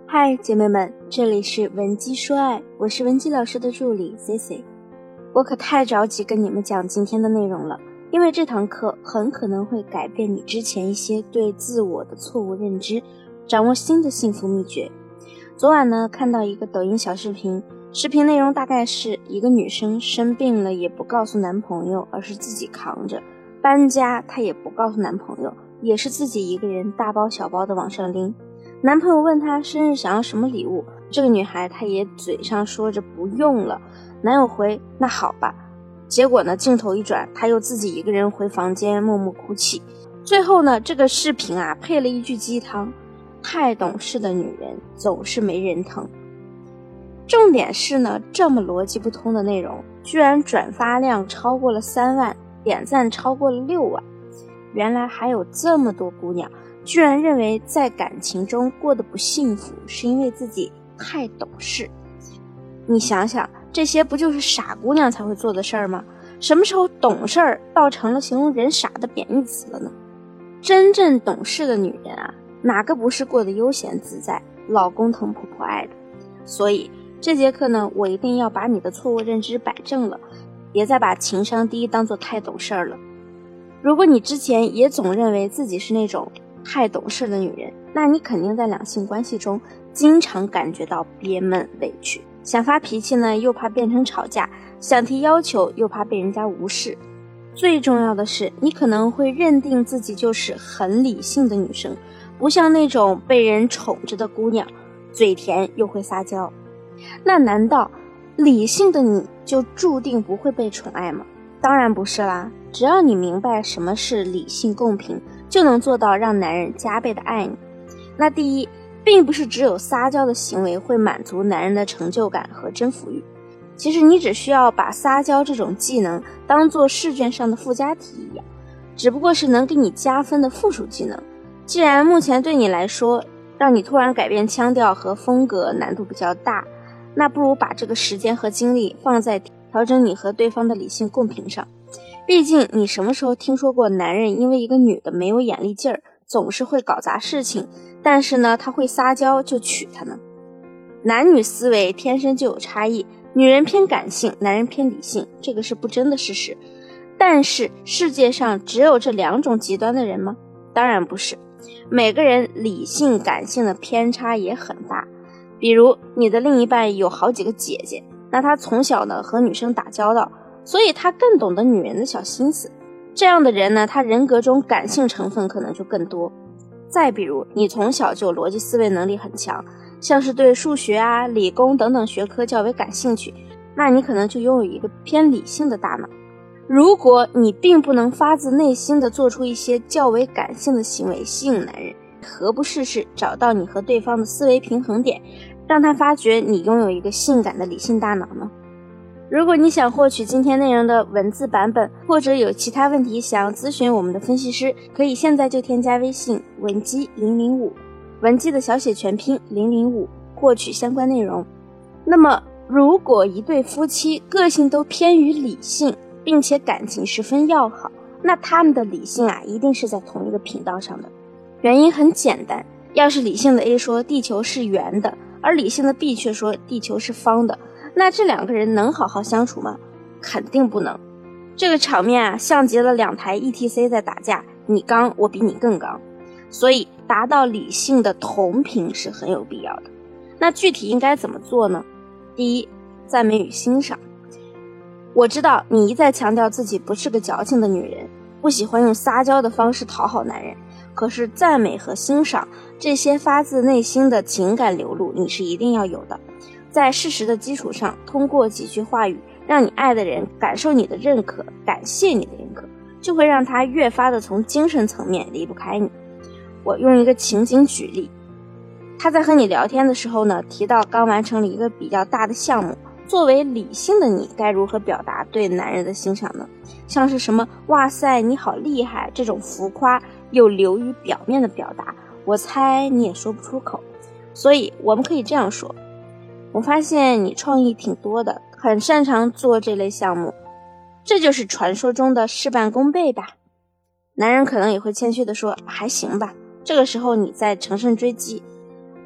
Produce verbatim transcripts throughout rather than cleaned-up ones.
嗨，姐妹们，这里是文姬说爱，我是文姬老师的助理 C C。 我可太着急跟你们讲今天的内容了，因为这堂课很可能会改变你之前一些对自我的错误认知，掌握新的幸福秘诀。昨晚呢，看到一个抖音小视频，视频内容大概是一个女生生病了也不告诉男朋友，而是自己扛着，搬家她也不告诉男朋友，也是自己一个人大包小包的往上拎。男朋友问她生日想要什么礼物，这个女孩她也嘴上说着不用了，男友回那好吧。结果呢，镜头一转，她又自己一个人回房间默默哭泣。最后呢，这个视频啊配了一句鸡汤，太懂事的女人总是没人疼。重点是呢，这么逻辑不通的内容居然转发量超过了三万，点赞超过了六万。原来还有这么多姑娘居然认为在感情中过得不幸福是因为自己太懂事。你想想，这些不就是傻姑娘才会做的事儿吗？什么时候懂事儿倒成了形容人傻的贬义词了呢？真正懂事的女人啊，哪个不是过得悠闲自在，老公疼婆婆爱的？所以这节课呢，我一定要把你的错误认知摆正了，别再把情商低当作太懂事了。如果你之前也总认为自己是那种太懂事的女人，那你肯定在两性关系中经常感觉到憋闷委屈，想发脾气呢又怕变成吵架，想提要求又怕被人家无视。最重要的是，你可能会认定自己就是很理性的女生，不像那种被人宠着的姑娘，嘴甜又会撒娇。那难道理性的你就注定不会被宠爱吗？当然不是啦，只要你明白什么是理性共频，就能做到让男人加倍的爱你。那第一，并不是只有撒娇的行为会满足男人的成就感和征服欲，其实你只需要把撒娇这种技能当作试卷上的附加题一样，只不过是能给你加分的附属技能。既然目前对你来说让你突然改变腔调和风格难度比较大，那不如把这个时间和精力放在调整你和对方的理性共频上。毕竟你什么时候听说过男人因为一个女的没有眼力劲儿，总是会搞砸事情，但是呢他会撒娇就娶她呢？男女思维天生就有差异，女人偏感性，男人偏理性，这个是不争的事实。但是世界上只有这两种极端的人吗？当然不是，每个人理性感性的偏差也很大。比如你的另一半有好几个姐姐，那他从小呢和女生打交道，所以他更懂得女人的小心思。这样的人呢，他人格中感性成分可能就更多。再比如你从小就逻辑思维能力很强，像是对数学啊、理工等等学科较为感兴趣，那你可能就拥有一个偏理性的大脑。如果你并不能发自内心的做出一些较为感性的行为吸引男人，何不试试找到你和对方的思维平衡点，让他发觉你拥有一个性感的理性大脑呢？如果你想获取今天内容的文字版本，或者有其他问题想要咨询我们的分析师，可以现在就添加微信文姬零零五，文姬的小写全拼零零五，获取相关内容。那么如果一对夫妻个性都偏于理性，并且感情十分要好，那他们的理性啊一定是在同一个频道上的。原因很简单，要是理性的 A 说地球是圆的，而理性的 B 却说地球是方的，那这两个人能好好相处吗？肯定不能。这个场面啊，像极了两台 E T C 在打架，你刚我比你更刚。所以达到理性的同频是很有必要的。那具体应该怎么做呢？第一，赞美与欣赏。我知道你一再强调自己不是个矫情的女人，不喜欢用撒娇的方式讨好男人，可是赞美和欣赏这些发自内心的情感流露你是一定要有的。在事实的基础上，通过几句话语让你爱的人感受你的认可，感谢你的认可，就会让他越发的从精神层面离不开你。我用一个情景举例，他在和你聊天的时候呢，提到刚完成了一个比较大的项目，作为理性的你该如何表达对男人的欣赏呢？像是什么哇塞你好厉害这种浮夸又流于表面的表达，我猜你也说不出口。所以我们可以这样说，我发现你创意挺多的，很擅长做这类项目，这就是传说中的事半功倍吧。男人可能也会谦虚地说还行吧，这个时候你再乘胜追击，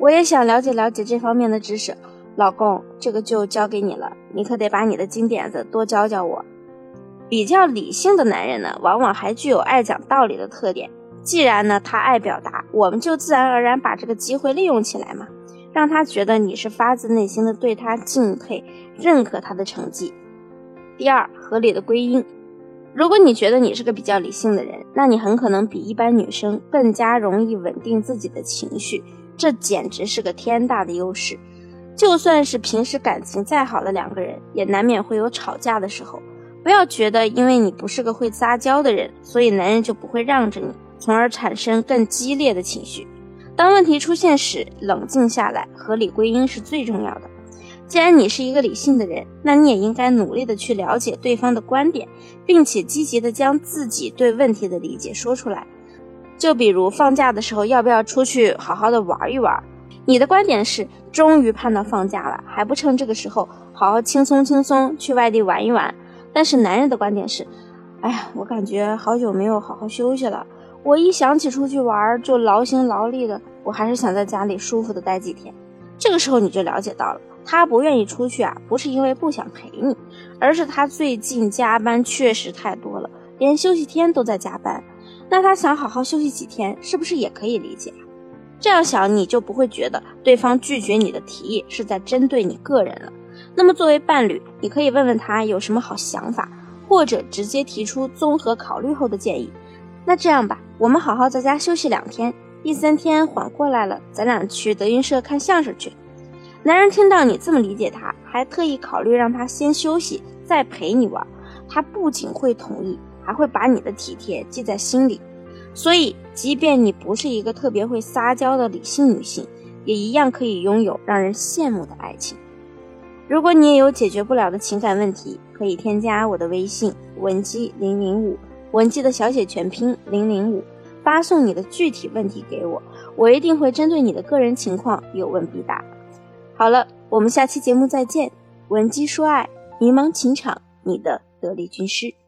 我也想了解了解这方面的知识，老公，这个就交给你了，你可得把你的金点子多教教我。比较理性的男人呢，往往还具有爱讲道理的特点。既然呢他爱表达，我们就自然而然把这个机会利用起来嘛，让他觉得你是发自内心的对他敬佩，认可他的成绩。第二，合理的归因。如果你觉得你是个比较理性的人，那你很可能比一般女生更加容易稳定自己的情绪，这简直是个天大的优势。就算是平时感情再好的两个人，也难免会有吵架的时候。不要觉得因为你不是个会撒娇的人，所以男人就不会让着你，从而产生更激烈的情绪。当问题出现时，冷静下来，合理归因是最重要的。既然你是一个理性的人，那你也应该努力的去了解对方的观点，并且积极的将自己对问题的理解说出来。就比如放假的时候要不要出去好好的玩一玩，你的观点是终于盼到放假了，还不趁这个时候好好轻松轻松去外地玩一玩。但是男人的观点是，哎呀，我感觉好久没有好好休息了，我一想起出去玩就劳心劳力的，我还是想在家里舒服的待几天。这个时候你就了解到了，他不愿意出去啊，不是因为不想陪你，而是他最近加班确实太多了，连休息天都在加班。那他想好好休息几天，是不是也可以理解？这样想你就不会觉得对方拒绝你的提议是在针对你个人了。那么作为伴侣，你可以问问他有什么好想法，或者直接提出综合考虑后的建议。那这样吧，我们好好在家休息两天，第三天缓过来了，咱俩去德云社看相声去。男人听到你这么理解他，还特意考虑让他先休息再陪你玩，他不仅会同意，还会把你的体贴记在心里。所以即便你不是一个特别会撒娇的理性女性，也一样可以拥有让人羡慕的爱情。如果你也有解决不了的情感问题，可以添加我的微信文姬零零五，文姬的小写全拼零零五，发送你的具体问题给我，我一定会针对你的个人情况有问必答。好了，我们下期节目再见。文姬说爱，迷茫情场，你的得力军师。